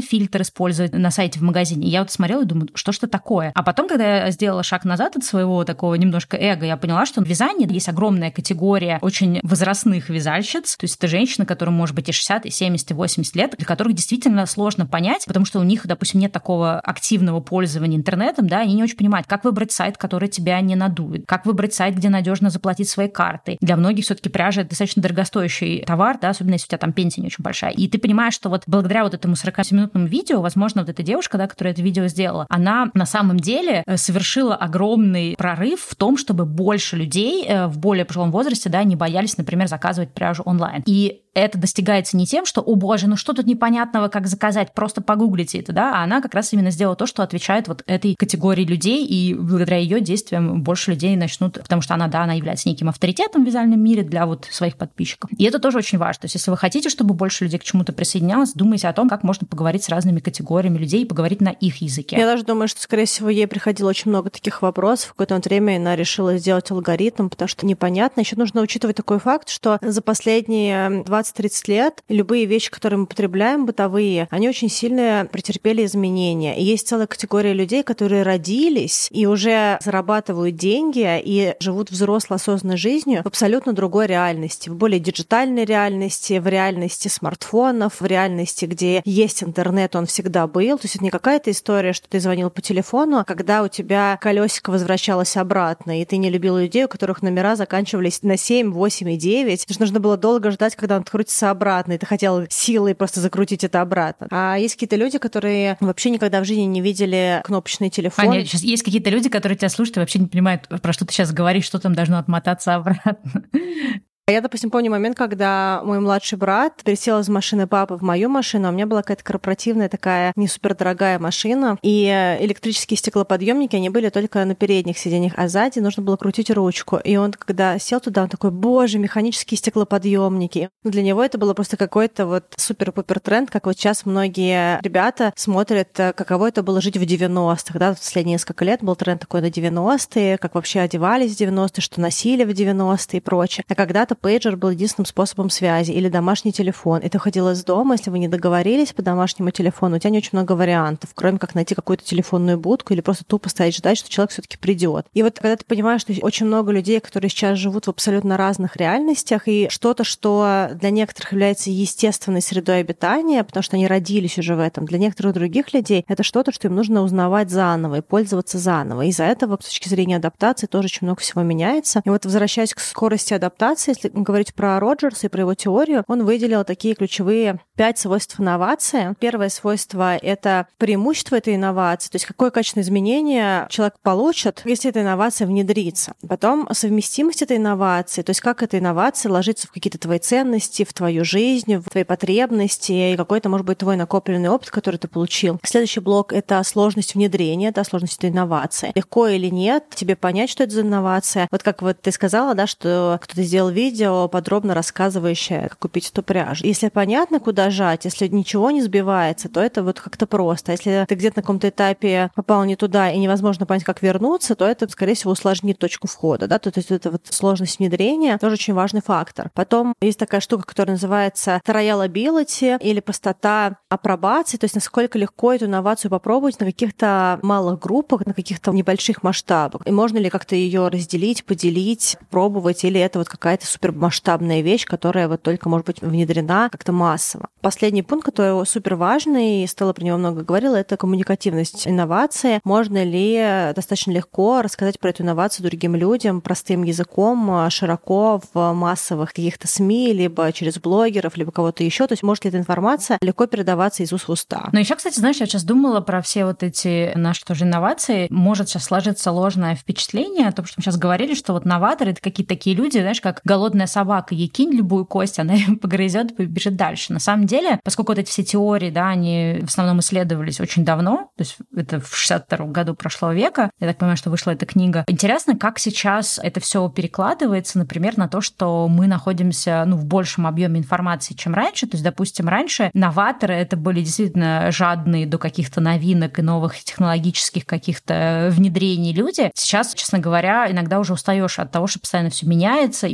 фильтр использовать на сайте в магазине. И я вот смотрела и думаю, что ж это такое? А потом, когда я сделала шаг назад от своего такого немножко эго, я поняла, что в вязании есть огромная категория очень возрастных вязальщиц, то есть это женщины, которым может быть и 60, и 70, и 80 лет, для которых действительно сложно понять, потому что у них, допустим, нет такого активного пользования интернетом, да, они не очень понимают, как выбрать сайт, который тебя не надует, как выбрать сайт, где надежно заплатить своей картой. Для многих все-таки пряжа — это достаточно дорогостоящий товар, да, особенно если у тебя там пенсия не очень большая. И ты понимаешь, что вот благодаря вот этому 40-минутному видео, возможно, вот эта девушка, да, которая это видео сделала, она на самом деле совершила огромный прорыв в том, чтобы больше людей в более пожилом возрасте, да, не боялись, например, заказывать пряжу онлайн. И это достигается не тем, что, о боже, ну что тут непонятного, как заказать, просто погуглите это, да, а она как раз именно сделала то, что отвечает вот этой категории людей, и благодаря ее действиям больше людей начнут, потому что она, да, она является неким авторитетом в вязальном мире для вот своих подписчиков. И это тоже очень важно. То есть если вы хотите, чтобы больше людей к чему-то присоединялось, думайте о том, как можно поговорить с разными категориями людей и поговорить на их языке. Я даже думаю, что, скорее всего, ей приходило очень много таких вопросов. В какое-то время она решила сделать алгоритм, потому что непонятно. Еще нужно учитывать такой факт, что за последние 20-30 лет любые вещи, которые мы потребляем, бытовые, они очень сильно претерпели изменения. И есть целая категория людей, которые родились и уже зарабатывают деньги и живут взрослой осознанной жизнью в абсолютно другой реальности, в более диджитальной реальности, в реальности смартфонов, в реальности, где есть интернет, он всегда был. То есть это не какая-то история, что ты звонил по телефону, а когда у тебя колесико возвращалось обратно, и ты не любил людей, у которых номера заканчивались на 7, 8 и 9, потому что нужно было долго ждать, когда он открутится обратно, и ты хотел силой просто закрутить это обратно. А есть какие-то люди, которые вообще никогда в жизни не видели кнопочный телефон. Аня, сейчас есть какие-то люди, которые тебя слушают и вообще не понимают, про что ты сейчас говоришь, что там должно отмотаться обратно. Я, допустим, помню момент, когда мой младший брат пересел из машины папы в мою машину, а у меня была какая-то корпоративная такая не супердорогая машина, и электрические стеклоподъемники, они были только на передних сиденьях, а сзади нужно было крутить ручку. И он, когда сел туда, он такой, боже, механические стеклоподъемники. Для него это было просто какой-то вот супер-пупер тренд, как вот сейчас многие ребята смотрят, каково это было жить в 90-х, да, в последние несколько лет был тренд такой на 90-е, как вообще одевались в 90-е, что носили в 90-е и прочее. А когда-то пейджер был единственным способом связи или домашний телефон. И ты ходил из дома, если вы не договорились по домашнему телефону, у тебя не очень много вариантов, кроме как найти какую-то телефонную будку или просто тупо стоять ждать, что человек все-таки придет. И вот когда ты понимаешь, что очень много людей, которые сейчас живут в абсолютно разных реальностях, и что-то, что для некоторых является естественной средой обитания, потому что они родились уже в этом, для некоторых других людей это что-то, что им нужно узнавать заново и пользоваться заново. Из-за этого, с точки зрения адаптации, тоже очень много всего меняется. И вот возвращаясь к скорости адаптации, если говорить про Роджерса и про его теорию, он выделил такие ключевые 5 свойств инновации. Первое свойство — это преимущество этой инновации, то есть какое качественное изменение человек получит, если эта инновация внедрится. Потом совместимость этой инновации, то есть как эта инновация ложится в какие-то твои ценности, в твою жизнь, в твои потребности и какой-то, может быть, твой накопленный опыт, который ты получил. Следующий блок — это сложность внедрения, да, сложность этой инновации. Легко или нет тебе понять, что это за инновация. Вот как вот ты сказала, да, что кто-то сделал видео, подробно рассказывающее, как купить эту пряжу. Если понятно, куда жать, если ничего не сбивается, то это вот как-то просто. Если ты где-то на каком-то этапе попал не туда и невозможно понять, как вернуться, то это, скорее всего, усложнит точку входа. Да? То есть это вот сложность внедрения тоже очень важный фактор. Потом есть такая штука, которая называется trialability или простота апробации, то есть насколько легко эту инновацию попробовать на каких-то малых группах, на каких-то небольших масштабах. И можно ли как-то ее разделить, поделить, пробовать, или это вот какая-то супермасштабная вещь, которая вот только может быть внедрена как-то массово. Последний пункт, который супер важный, и Стелла про него много говорила, это коммуникативность инновации. Можно ли достаточно легко рассказать про эту инновацию другим людям простым языком, широко в массовых каких-то СМИ, либо через блогеров, либо кого-то еще. То есть может ли эта информация легко передаваться из уст в уста. Но еще, кстати, знаешь, я сейчас думала про все вот эти наши тоже инновации. Может сейчас сложиться ложное впечатление о том, что мы сейчас говорили, что вот новаторы — это какие-то такие люди, знаешь, как голодная собака, ей кинь любую кость, она ее погрызет и побежит дальше. На самом деле, поскольку вот эти все теории, да, они в основном исследовались очень давно, то есть это в 62-м году прошлого века, я так понимаю, что вышла эта книга. Интересно, как сейчас это все перекладывается, например, на то, что мы находимся, в большем объеме информации, чем раньше. То есть, допустим, раньше новаторы — это были действительно жадные до каких-то новинок и новых технологических каких-то внедрений люди. Сейчас, честно говоря, иногда уже устаешь от того, что постоянно все меняется, и очень много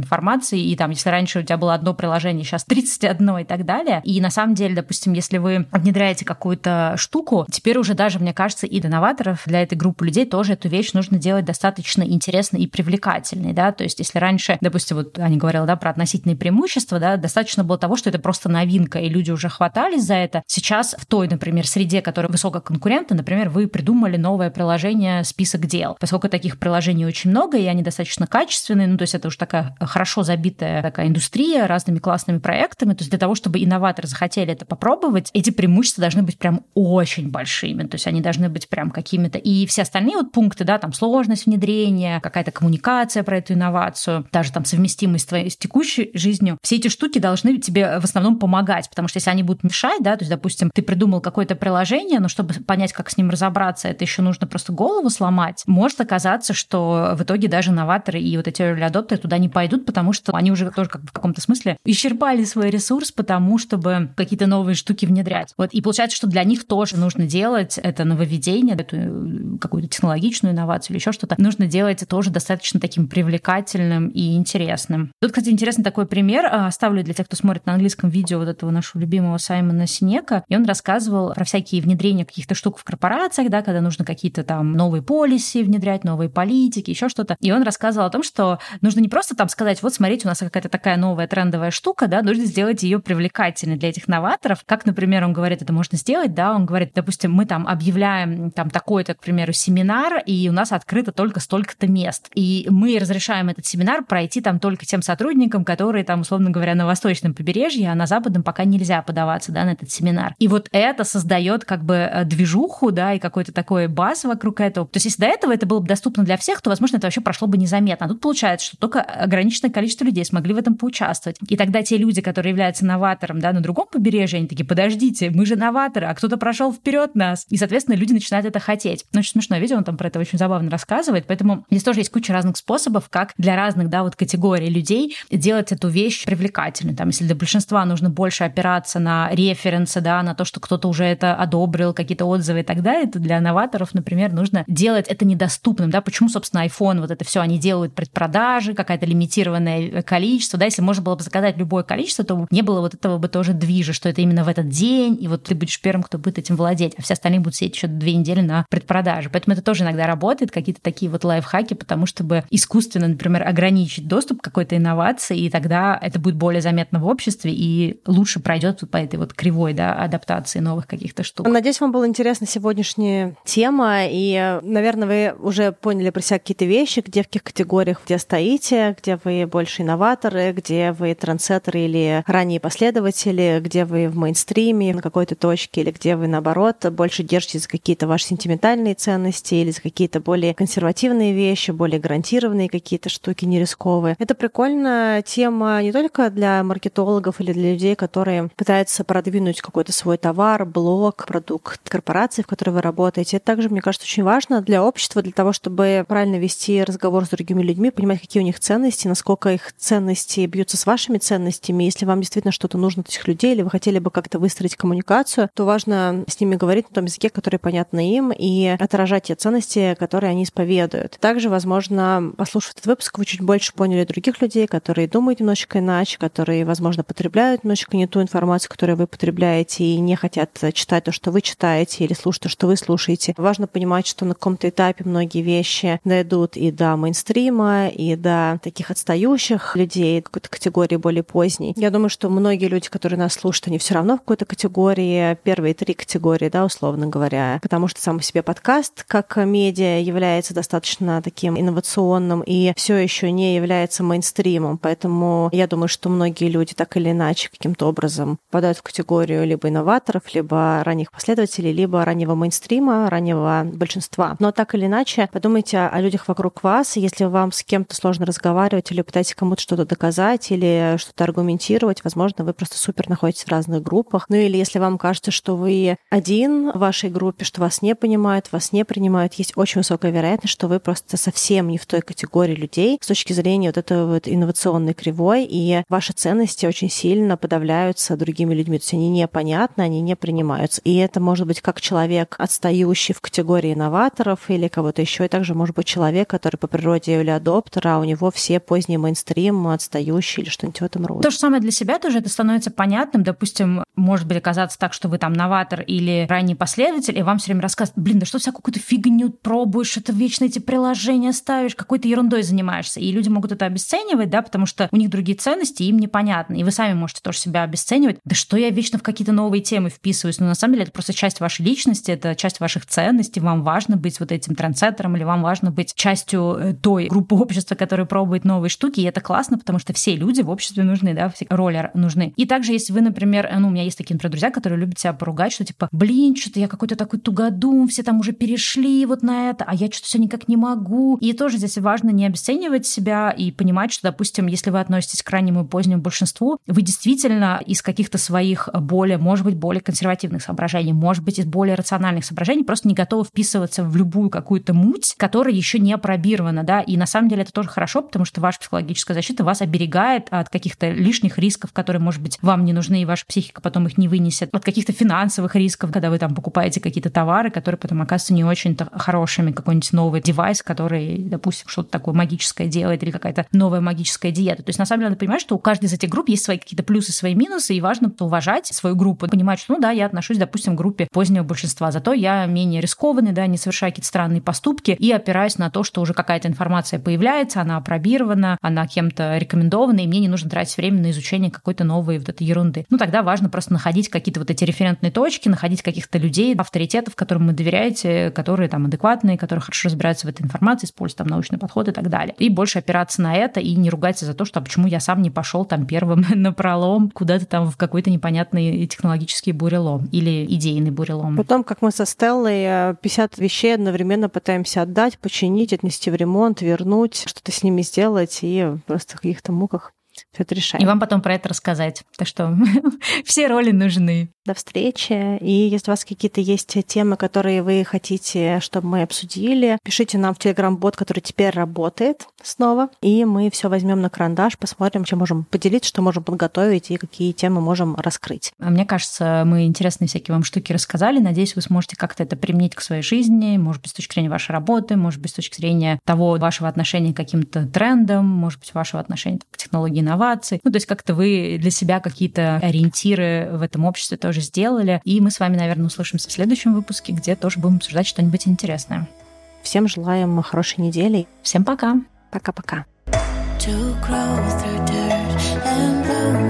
информации, и там, если раньше у тебя было одно приложение, сейчас 31 и так далее. И на самом деле, допустим, если вы внедряете какую-то штуку, теперь уже даже, мне кажется, и для новаторов, для этой группы людей тоже эту вещь нужно делать достаточно интересной и привлекательной, да, то есть если раньше, допустим, вот Аня говорила, да, про относительные преимущества, да, достаточно было того, что это просто новинка, и люди уже хватались за это. Сейчас в той, например, среде, которая высококонкурентна, например, вы придумали новое приложение «Список дел». Поскольку таких приложений очень много, и они достаточно качественные, ну, то есть это уж такая хорошо забитая такая индустрия разными классными проектами, то есть для того, чтобы инноваторы захотели это попробовать, эти преимущества должны быть прям очень большими, то есть они должны быть прям какими-то... И все остальные вот пункты, да, там сложность внедрения, какая-то коммуникация про эту инновацию, даже там совместимость с текущей жизнью, все эти штуки должны тебе в основном помогать, потому что если они будут мешать, да, то есть, допустим, ты придумал какое-то приложение, но чтобы понять, как с ним разобраться, это еще нужно просто голову сломать, может оказаться, что в итоге даже новаторы и вот эти early adopters туда не пойдут, потому что они уже тоже как бы в каком-то смысле исчерпали свой ресурс потому, чтобы какие-то новые штуки внедрять. Вот. И получается, что для них тоже нужно делать это нововведение, эту какую-то технологичную инновацию или еще что-то, нужно делать тоже достаточно таким привлекательным и интересным. Тут, кстати, интересный такой пример. Оставлю для тех, кто смотрит на английском видео вот этого нашего любимого Саймона Синека, и он рассказывал про всякие внедрения каких-то штук в корпорациях, да, когда нужно какие-то там новые полиси внедрять, новые политики, еще что-то. И он рассказывал о том, что нужно не просто там сказать, вот смотрите, у нас какая-то такая новая трендовая штука, да, нужно сделать ее привлекательной для этих новаторов. Как, например, он говорит, это можно сделать, да, он говорит, допустим, мы там объявляем там такой-то, к примеру, семинар, и у нас открыто только столько-то мест. И мы разрешаем этот семинар пройти там только тем сотрудникам, которые там, условно говоря, на восточном побережье, а на западном пока нельзя подаваться, да, на этот семинар. И вот это создает как бы движуху, да, и какой-то такой баз вокруг этого. То есть если до этого это было бы доступно для всех, то, возможно, это вообще прошло бы незаметно. А тут получается, что только ограниченное количество людей смогли в этом поучаствовать. И тогда те люди, которые являются новатором, да, на другом побережье, они такие, подождите, мы же новаторы, а кто-то прошел вперед нас. И, соответственно, люди начинают это хотеть. Ну, очень смешное видео, он там про это очень забавно рассказывает, поэтому здесь тоже есть куча разных способов, как для разных, да, вот категорий людей делать эту вещь привлекательной. Там, если для большинства нужно больше опираться на референсы, да, на то, что кто-то уже это одобрил, какие-то отзывы и так далее, то для новаторов, например, нужно делать это недоступным, да, почему, собственно, iPhone, вот это все они делают предпродажи, какое-то лимитированное количество, да, если можно было бы заказать любое количество, то не было вот этого бы тоже движа, что это именно в этот день, и вот ты будешь первым, кто будет этим владеть, а все остальные будут сидеть еще 2 недели на предпродаже. Поэтому это тоже иногда работает, какие-то такие вот лайфхаки, потому чтобы искусственно, например, ограничить доступ к какой-то инновации, и тогда это будет более заметно в обществе и лучше пройдет по этой вот кривой, да, адаптации новых каких-то штук. Надеюсь, вам была интересна сегодняшняя тема, и, наверное, вы уже поняли про себя какие-то вещи, где в каких категориях где стоите, где вы больше инноваторы, где вы трендсеттеры или ранние последователи, где вы в мейнстриме на какой-то точке, или где вы, наоборот, больше держитесь за какие-то ваши сентиментальные ценности или за какие-то более консервативные вещи, более гарантированные какие-то штуки, не рисковые. Это прикольная тема не только для маркетологов или для людей, которые пытаются продвинуть какой-то свой товар, блог, продукт корпорации, в которой вы работаете. Это также, мне кажется, очень важно для общества, для того, чтобы правильно вести разговор с другими людьми, понимать, какие у них ценности, насколько их ценности бьются с вашими ценностями. Если вам действительно что-то нужно от этих людей, или вы хотели бы как-то выстроить коммуникацию, то важно с ними говорить на том языке, который понятно им, и отражать те ценности, которые они исповедуют. Также, возможно, послушав этот выпуск, вы чуть больше поняли других людей, которые думают немножечко иначе, которые, возможно, потребляют немножечко не ту информацию, которую вы потребляете, и не хотят читать то, что вы читаете, или слушать то, что вы слушаете. Важно понимать, что на каком-то этапе многие вещи дойдут и до мейнстрима, и до таких отстающих людей, какой-то категории более поздней. Я думаю, что многие люди, которые нас слушают, они все равно в какой-то категории, первые 3 категории, да, условно говоря, потому что сам по себе подкаст, как медиа, является достаточно таким инновационным и все еще не является мейнстримом. Поэтому я думаю, что многие люди так или иначе каким-то образом попадают в категорию либо инноваторов, либо ранних последователей, либо раннего мейнстрима, раннего большинства. Но так или иначе, подумайте о людях вокруг вас. Если вам с кем-то сложно разговаривать или пытаетесь кому-то что-то доказать или что-то аргументировать, возможно, вы просто супер находитесь в разных группах. Ну или если вам кажется, что вы один в вашей группе, что вас не понимают, вас не принимают, есть очень высокая вероятность, что вы просто совсем не в той категории людей с точки зрения вот этого вот инновационной кривой, и ваши ценности очень сильно подавляются другими людьми. То есть они непонятны, они не принимаются. И это может быть как человек, отстающий в категории инноваторов или кого-то еще, и также может быть человек, который по природе или адоптер, а у него все поздние поздний мейнстрим, отстающий или что-нибудь в этом роде. То же самое для себя тоже это становится понятным. Допустим, может быть оказаться так, что вы там новатор или ранний последователь, и вам все время рассказывают: блин, да что всякую какую-то фигню пробуешь, что-то вечно эти приложения ставишь, какой-то ерундой занимаешься. И люди могут это обесценивать, да, потому что у них другие ценности, им непонятно. И вы сами можете тоже себя обесценивать. Да что я вечно в какие-то новые темы вписываюсь? Но на самом деле это просто часть вашей личности, это часть ваших ценностей. Вам важно быть вот этим трендсеттером, или вам важно быть частью той группы общества, которая пробует новые штуки. И это классно, потому что все люди в обществе нужны, да, все роли нужны. И также, если вы, например, у меня есть такие, например, друзья, которые любят себя поругать, что типа, блин, что-то я какой-то такой тугодум, все там уже перешли вот на это, а я что-то все никак не могу. И тоже здесь важно не обесценивать себя и понимать, что, допустим, если вы относитесь к раннему и позднему большинству, вы действительно из каких-то своих более, может быть, более консервативных соображений, может быть, из более рациональных соображений просто не готовы вписываться в любую какую-то муть, которая еще не опробирована, да, и на самом деле это тоже хорошо, потому что ваша психологическая защита вас оберегает от каких-то лишних рисков, которые, может быть, вам не нужны, и ваша психика потом их не вынесет, от каких-то финансовых рисков, когда вы там покупаете какие-то товары, которые потом оказываются не очень-то хорошими, какой-нибудь новый девайс, который, допустим, что-то такое магическое делает, или какая-то новая магическая диета. То есть, на самом деле, надо понимать, что у каждой из этих групп есть свои какие-то плюсы, свои минусы, и важно уважать свою группу, понимать, что, ну да, я отношусь, допустим, к группе позднего большинства, зато я менее рискованный, да, не совершаю какие-то странные поступки и опираюсь на то, что уже какая-то информация появляется, она опробирована, она кем-то рекомендована, и мне не нужно тратить время на изучение какой-то новой вот этой ерунды. Ну, тогда важно просто находить какие-то вот эти референтные точки, находить каких-то людей, авторитетов, которым вы доверяете, которые там адекватные, которые хорошо разбираются в этой информации, используют там научный подход и так далее. И больше опираться на это и не ругаться за то, что почему я сам не пошел там первым напролом куда-то там в какой-то непонятный технологический бурелом или идейный бурелом. Потом, как мы со Стеллой 50 вещей одновременно пытаемся отдать, починить, отнести в ремонт, вернуть, что-то с ними сделать и просто в каких-то муках все это решаем. И вам потом про это рассказать. Так что все роли нужны. До встречи. И если у вас какие-то есть темы, которые вы хотите, чтобы мы обсудили, пишите нам в Telegram-бот, который теперь работает снова. И мы все возьмем на карандаш, посмотрим, чем можем поделиться, что можем подготовить и какие темы можем раскрыть. Мне кажется, мы интересные всякие вам штуки рассказали. Надеюсь, вы сможете как-то это применить к своей жизни, может быть, с точки зрения вашей работы, может быть, с точки зрения того вашего отношения к каким-то трендам, может быть, вашего отношения к технологии инноваций. Ну, то есть как-то вы для себя какие-то ориентиры в этом обществе тоже сделали. И мы с вами, наверное, услышимся в следующем выпуске, где тоже будем обсуждать что-нибудь интересное. Всем желаем хорошей недели. Всем пока. Пока-пока. To grow through dirt and bloom.